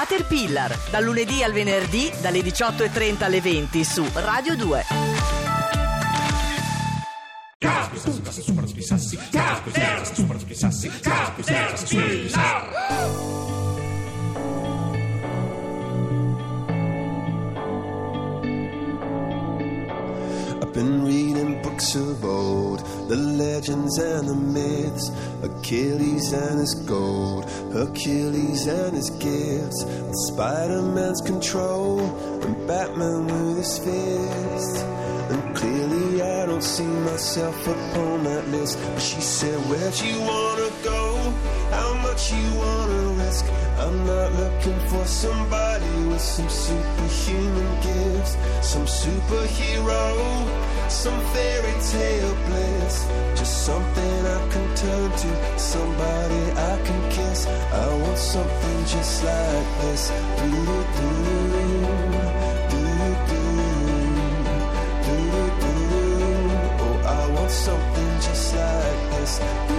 Caterpillar, dal lunedì al venerdì dalle 18:30 alle 20 su Radio 2. I've been reading books of old, the legends and the myths, Achilles and his gold, Hercules and his gifts, and Spider-Man's control, and Batman with his fist. And clearly I don't see myself upon that list. But she said, where'd you wanna go? How much you wanna risk? I'm not looking for somebody with some superhuman gifts, some superhero, some fairy tale bliss. Just something I can turn to, somebody I can kiss. I want something just like this. Oh, I want something just like this.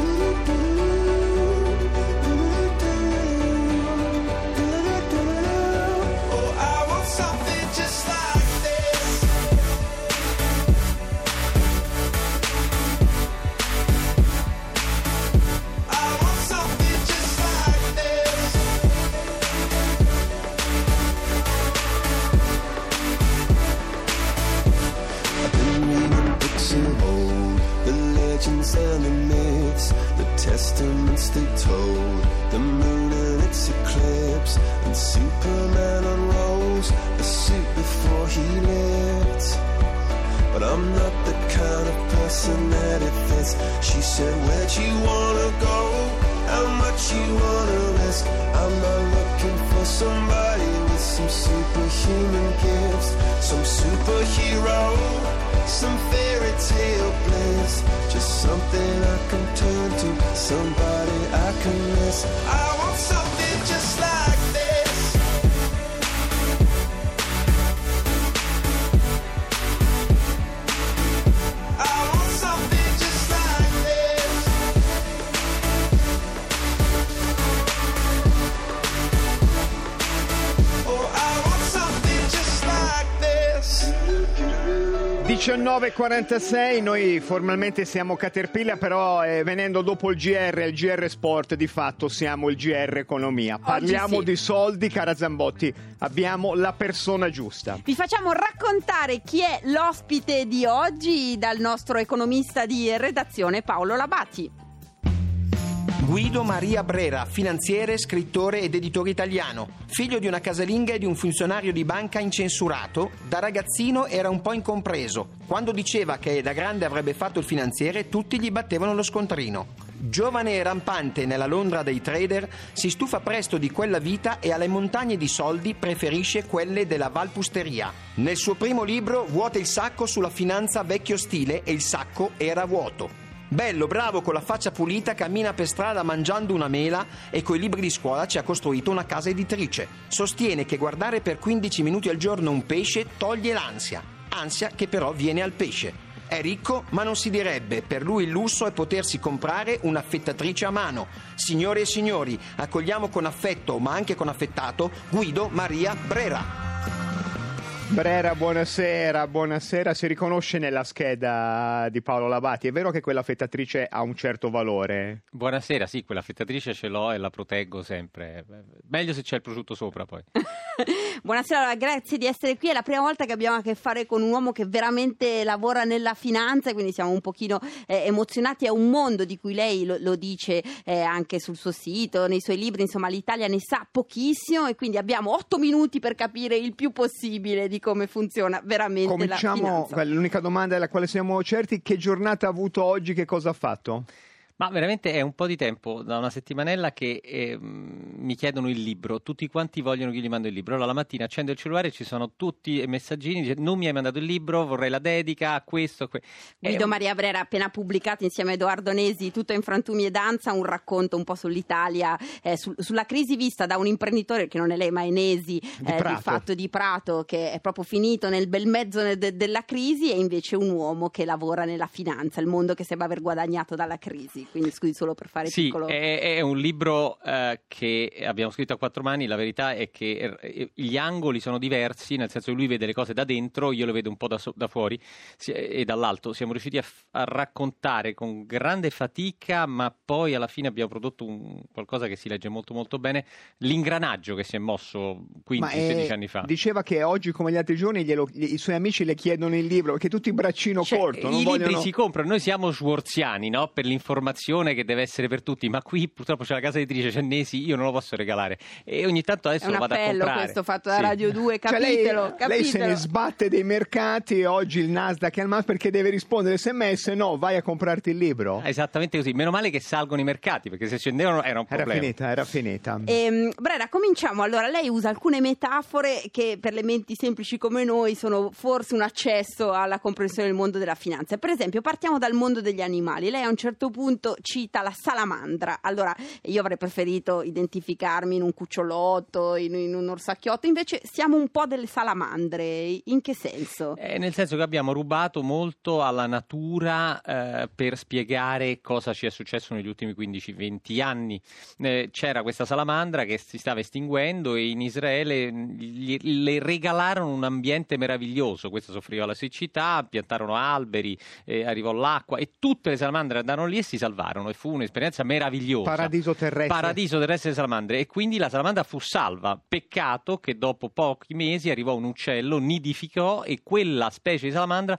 And the myths, the testaments they told, the moon and its eclipse, and Superman unrolls the suit before he lived. But I'm not the kind of person that it fits. She said, where'd you wanna go? How much you wanna risk? I'm not looking for somebody with some superhuman gifts, some superhero, some fairy tale bliss. Just something I can turn to, somebody I can miss. I want something just like this. I want something just like this. Oh, I want something just like this. 19:46, noi formalmente siamo Caterpillar, però venendo dopo il GR Sport, di fatto siamo il GR Economia. Parliamo sì. di soldi, cara Zambotti, abbiamo la persona giusta. Vi facciamo raccontare chi è l'ospite di oggi dal nostro economista di redazione Paolo Labati. Guido Maria Brera, finanziere, scrittore ed editore italiano. Figlio di una casalinga e di un funzionario di banca incensurato, da ragazzino era un po' incompreso. Quando diceva che da grande avrebbe fatto il finanziere, tutti gli battevano lo scontrino. Giovane e rampante nella Londra dei trader, si stufa presto di quella vita e alle montagne di soldi preferisce quelle della valpusteria. Nel suo primo libro vuota il sacco sulla finanza vecchio stile e il sacco era vuoto. Bello, bravo, con la faccia pulita, cammina per strada mangiando una mela e coi libri di scuola ci ha costruito una casa editrice. Sostiene che guardare per 15 minuti al giorno un pesce toglie l'ansia, ansia che però viene al pesce. È ricco, ma non si direbbe, per lui il lusso è potersi comprare un'affettatrice a mano. Signore e signori, accogliamo con affetto, ma anche con affettato, Guido Maria Brera. Brera, buonasera, si riconosce nella scheda di Paolo Labati, è vero che quella affettatrice ha un certo valore? Buonasera, sì, quella affettatrice ce l'ho e la proteggo sempre, meglio se c'è il prosciutto sopra poi. Buonasera, grazie di essere qui, è la prima volta che abbiamo a che fare con un uomo che veramente lavora nella finanza, quindi siamo un pochino emozionati, è un mondo di cui lei lo dice anche sul suo sito, nei suoi libri, insomma l'Italia ne sa pochissimo e quindi abbiamo 8 minuti per capire il più possibile di come funziona veramente la finanza. L'unica domanda della quale siamo certi: che giornata ha avuto oggi, che cosa ha fatto? Ma veramente è un po' di tempo, da una settimanella che mi chiedono il libro, tutti quanti vogliono che io gli mando il libro. Allora la mattina accendo il cellulare e ci sono tutti i messaggini, dice non mi hai mandato il libro, vorrei la dedica a questo. Guido Maria Brera ha appena pubblicato insieme a Edoardo Nesi Tutto in frantumi e danza, un racconto un po' sull'Italia, sulla crisi vista da un imprenditore che non è lei ma è Nesi, di fatto di Prato, che è proprio finito nel bel mezzo della crisi, e invece un uomo che lavora nella finanza, il mondo che sembra aver guadagnato dalla crisi. quindi scusi solo per fare sì, piccolo. È un libro che abbiamo scritto a 4 mani. La verità è che gli angoli sono diversi, nel senso che lui vede le cose da dentro, io le vedo un po' da fuori e dall'alto. Siamo riusciti a raccontare con grande fatica, ma poi alla fine abbiamo prodotto qualcosa che si legge molto molto bene, l'ingranaggio che si è mosso 15-16 anni fa. Diceva che oggi come gli altri giorni i suoi amici le chiedono il libro, che tutti braccino corto, non i vogliono... libri si comprano, noi siamo schwarziani, no? Per l'informazione che deve essere per tutti, ma qui purtroppo c'è la casa editrice Cennesi, io non lo posso regalare e ogni tanto adesso lo vado a comprare. È un appello questo fatto da Radio 2, capitelo. Lei se ne sbatte dei mercati e oggi il Nasdaq è al massimo perché deve rispondere SMS, no, vai a comprarti il libro. Esattamente così, meno male che salgono i mercati, perché se scendevano era un problema. Era finita. Brera, cominciamo. Allora, lei usa alcune metafore che per le menti semplici come noi sono forse un accesso alla comprensione del mondo della finanza. Per esempio, partiamo dal mondo degli animali. Lei a un certo punto cita la salamandra. Allora, io avrei preferito identificarmi in un cucciolotto, in un orsacchiotto, invece siamo un po' delle salamandre. In che senso? Nel senso che abbiamo rubato molto alla natura per spiegare cosa ci è successo negli ultimi 15-20 anni. C'era questa salamandra che si stava estinguendo e in Israele le regalarono un ambiente meraviglioso. Questa soffriva la siccità, piantarono alberi, arrivò l'acqua e tutte le salamandre andarono lì e si salvarono e fu un'esperienza meravigliosa. Paradiso terrestre delle salamandre, e quindi la salamandra fu salva. Peccato che dopo pochi mesi arrivò un uccello, nidificò e quella specie di salamandra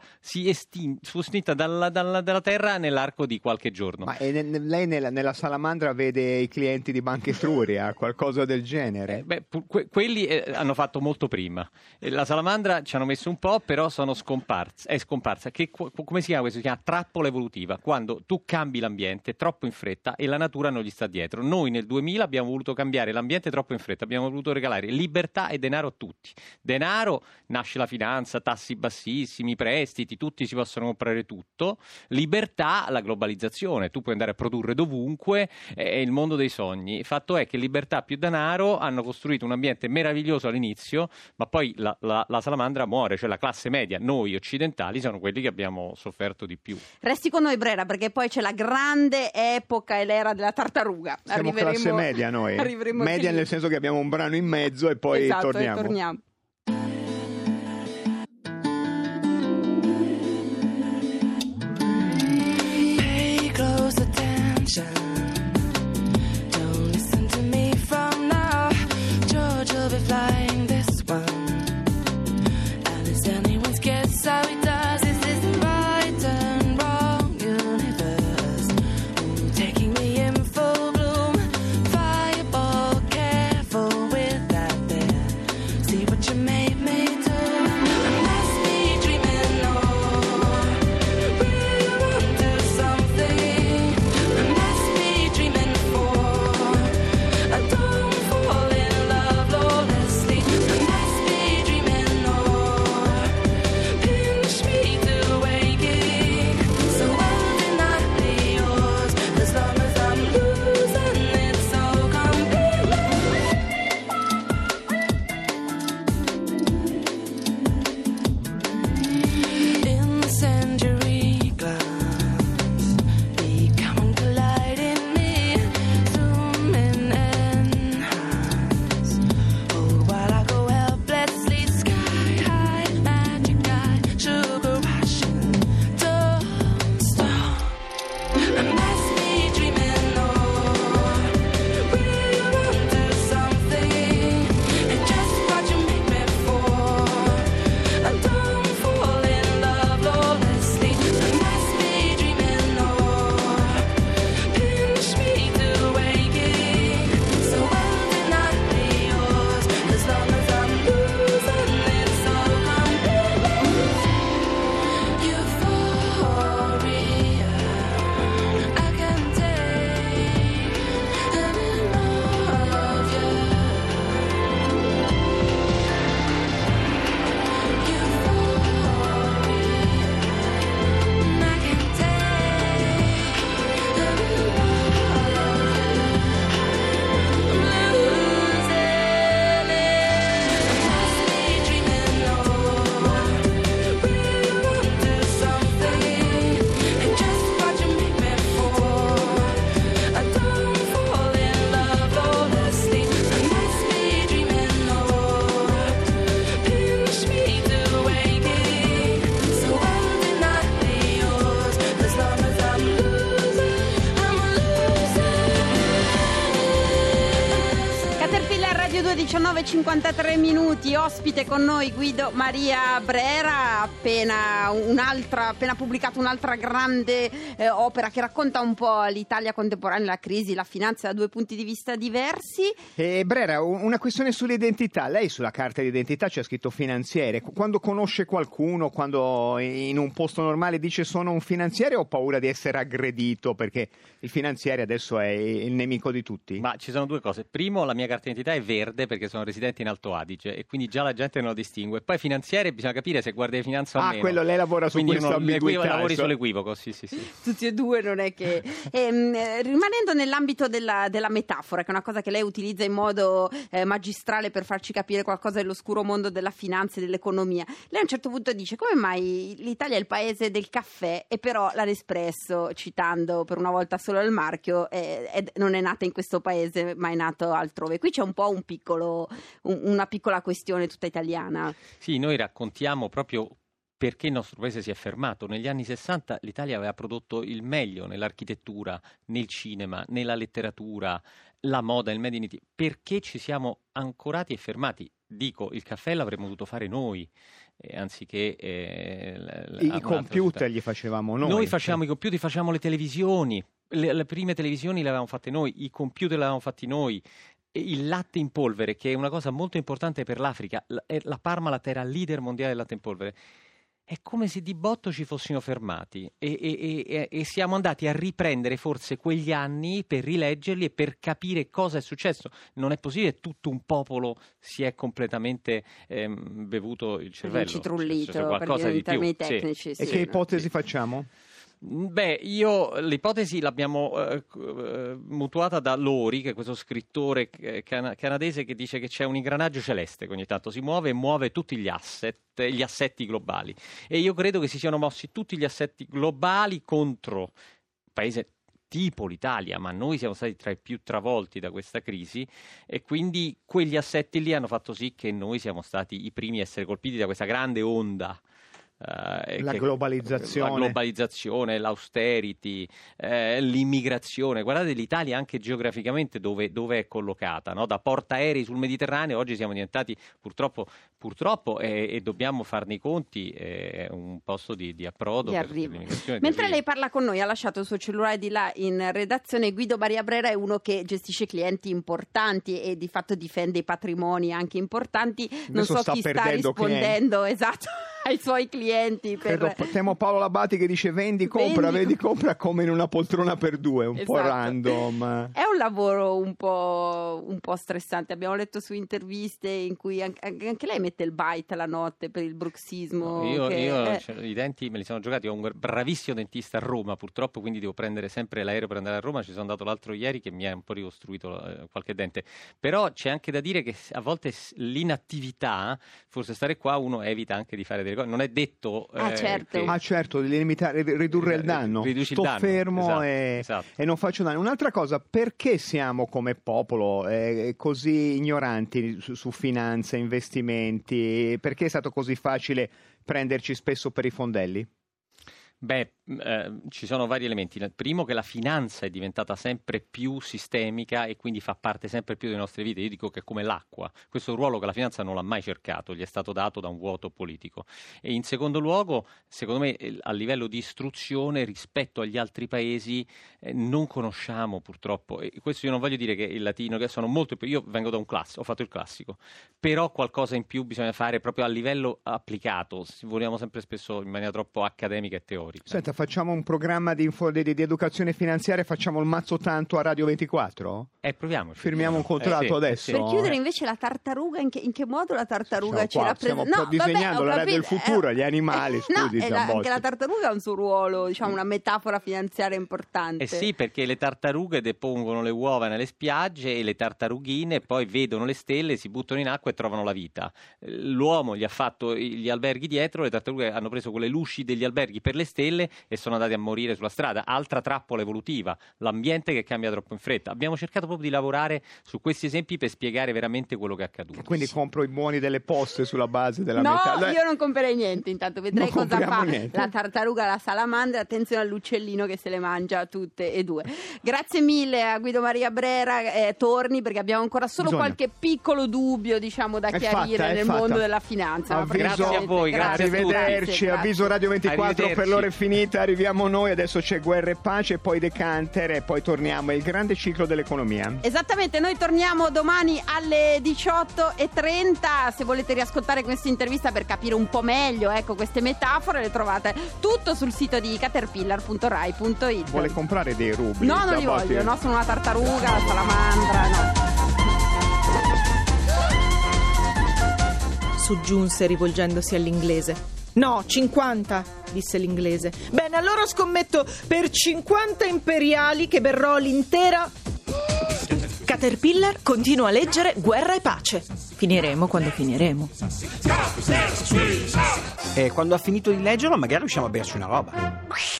fu estinta dalla terra nell'arco di qualche giorno. Ma lei nella salamandra vede i clienti di Banca Etruria, qualcosa del genere? Quelli hanno fatto molto prima. La salamandra ci hanno messo un po', però è scomparsa. Come si chiama questo? Si chiama trappola evolutiva, quando tu cambi l'ambiente troppo in fretta e la natura non gli sta dietro. Noi nel 2000 abbiamo voluto cambiare l'ambiente troppo in fretta, abbiamo voluto regalare libertà e denaro a tutti. Denaro, nasce la finanza, tassi bassissimi, prestiti, tutti si possono comprare tutto. Libertà, la globalizzazione, tu puoi andare a produrre dovunque, è il mondo dei sogni. Il fatto è che libertà più denaro hanno costruito un ambiente meraviglioso all'inizio, ma poi la salamandra muore, cioè la classe media, noi occidentali siamo quelli che abbiamo sofferto di più. Resti con noi, Brera, perché poi c'è la grande epoca e l'era della tartaruga. Siamo classe media noi, media nel senso che abbiamo un brano in mezzo e poi torniamo. Pay close attention. Don't listen to me from now. George will be flying this one. And it's anyone's guess how he does. Is this right and wrong universe? Ooh, taking me in full bloom. Fireball, careful with that there. See what you made me do. I must be dreaming or we're onto something. I must be Radio 2, 19:53 minuti, ospite con noi Guido Maria Brera, appena pubblicato un'altra grande opera che racconta un po' l'Italia contemporanea, la crisi, la finanza da due punti di vista diversi. Brera, una questione sull'identità. Lei sulla carta d'identità c'è scritto finanziere. Quando conosce qualcuno, quando in un posto normale dice sono un finanziere, ho paura di essere aggredito perché il finanziere adesso è il nemico di tutti? Ma ci sono due cose. Primo, la mia carta d'identità è verde perché sono residente in Alto Adige e quindi già la gente non lo distingue. Poi finanziere bisogna capire se guarda di finanza o meno. Quello lei lavora su quindi questa ambiguità. Lavori sull'equivoco, sì. Tutti e due, non è che... rimanendo nell'ambito della metafora, che è una cosa che lei utilizza in modo magistrale per farci capire qualcosa dell'oscuro mondo della finanza e dell'economia, lei a un certo punto dice: come mai l'Italia è il paese del caffè e però la Nespresso, citando per una volta solo il marchio, non è nata in questo paese ma è nato altrove? Qui c'è un po' una piccola questione tutta italiana. Sì, noi raccontiamo proprio perché il nostro paese si è fermato. Negli anni 60 l'Italia aveva prodotto il meglio nell'architettura, nel cinema, nella letteratura, la moda, il Made in Italy. Perché ci siamo ancorati e fermati? Dico, il caffè l'avremmo dovuto fare noi, anziché i computer li facevamo noi. Noi facciamo i computer, facciamo le televisioni. Le prime televisioni le avevamo fatte noi, i computer le avevamo fatti noi. Il latte in polvere, che è una cosa molto importante per l'Africa, la Parmalat era leader mondiale del latte in polvere. È come se di botto ci fossimo fermati e siamo andati a riprendere forse quegli anni per rileggerli e per capire cosa è successo. Non è possibile, tutto un popolo si è completamente bevuto il cervello. Citrullito, qualcosa di più. Tecnici, E che ipotesi facciamo? Beh, l'ipotesi l'abbiamo mutuata da Lori, che è questo scrittore canadese che dice che c'è un ingranaggio celeste che ogni tanto si muove e muove tutti gli assetti globali. E io credo che si siano mossi tutti gli assetti globali contro un paese tipo l'Italia, ma noi siamo stati tra i più travolti da questa crisi e quindi quegli assetti lì hanno fatto sì che noi siamo stati i primi a essere colpiti da questa grande onda. La globalizzazione, l'austerity, l'immigrazione. Guardate l'Italia anche geograficamente dove è collocata, no? Da portaerei sul Mediterraneo oggi siamo diventati purtroppo e dobbiamo farne i conti, un posto di approdo per l'immigrazione. Mentre lei parla con noi ha lasciato il suo cellulare di là in redazione. Guido Maria Brera è uno che gestisce clienti importanti e di fatto difende i patrimoni anche importanti. Non so chi sta rispondendo esatto ai suoi clienti. Temo Paolo Labati che dice vendi, compra come in una poltrona per due, un po' random. È un lavoro un po' stressante. Abbiamo letto su interviste in cui anche lei mette il bite la notte per il bruxismo. Io i denti me li sono giocati, ho un bravissimo dentista a Roma purtroppo, quindi devo prendere sempre l'aereo per andare a Roma. Ci sono andato l'altro ieri che mi ha un po' ricostruito qualche dente, però c'è anche da dire che a volte l'inattività, forse stare qua uno evita anche di fare delle cose, non è detto certo, di limitare, ridurre il danno. Riduci Sto il danno. fermo esatto. E non faccio danno. Un'altra cosa, perché siamo come popolo così ignoranti su finanza, investimenti? Perché è stato così facile prenderci spesso per i fondelli? Beh, ci sono vari elementi. Il primo, che la finanza è diventata sempre più sistemica e quindi fa parte sempre più delle nostre vite. Io dico che è come l'acqua. Questo è un ruolo che la finanza non l'ha mai cercato, gli è stato dato da un vuoto politico. E in secondo luogo, secondo me, a livello di istruzione rispetto agli altri paesi non conosciamo purtroppo. E questo io non voglio dire che il latino, che sono molto più... Io vengo da un classico, ho fatto il classico, però qualcosa in più bisogna fare proprio a livello applicato. Vogliamo sempre spesso in maniera troppo accademica e teorica. Senta, facciamo un programma di educazione finanziaria, facciamo il mazzo tanto a Radio 24? Proviamoci. Firmiamo un contratto adesso? Per chiudere invece la tartaruga, in che modo la tartaruga ci rappresenta? Stiamo disegnando l'area del futuro, gli animali, anche la tartaruga ha un suo ruolo, diciamo una metafora finanziaria importante. Sì, perché le tartarughe depongono le uova nelle spiagge e le tartarughine poi vedono le stelle, si buttano in acqua e trovano la vita. L'uomo gli ha fatto gli alberghi dietro, le tartarughe hanno preso quelle luci degli alberghi per le stelle, e sono andati a morire sulla strada. Altra trappola evolutiva, l'ambiente che cambia troppo in fretta. Abbiamo cercato proprio di lavorare su questi esempi per spiegare veramente quello che è accaduto. Quindi compro i buoni delle poste sulla base della No, metà. io non comprerei niente, intanto vedrei Non cosa fa niente. la tartaruga, la salamandra. Attenzione all'uccellino che se le mangia tutte e due. Grazie mille a Guido Maria Brera, torni perché abbiamo ancora solo qualche piccolo dubbio, diciamo, da chiarire nel mondo della finanza. Grazie a voi, grazie a tutti. Arrivederci, avviso Radio 24 Arrivederci. per l'ora è finita, arriviamo noi, adesso c'è Guerra e Pace, poi Decanter e poi torniamo al grande ciclo dell'economia. Esattamente, noi torniamo domani alle 18:30. Se volete riascoltare questa intervista per capire un po' meglio, ecco, queste metafore, le trovate tutto sul sito di caterpillar.rai.it. Vuole comprare dei rubli? No, non li voglio, no, sono una tartaruga, la salamandra, no. Soggiunse rivolgendosi all'inglese. No, 50, disse l'inglese. Bene, allora scommetto per 50 imperiali che berrò l'intera... Caterpillar continua a leggere Guerra e Pace. Finiremo quando finiremo. E quando ha finito di leggerlo magari riusciamo a berci una roba.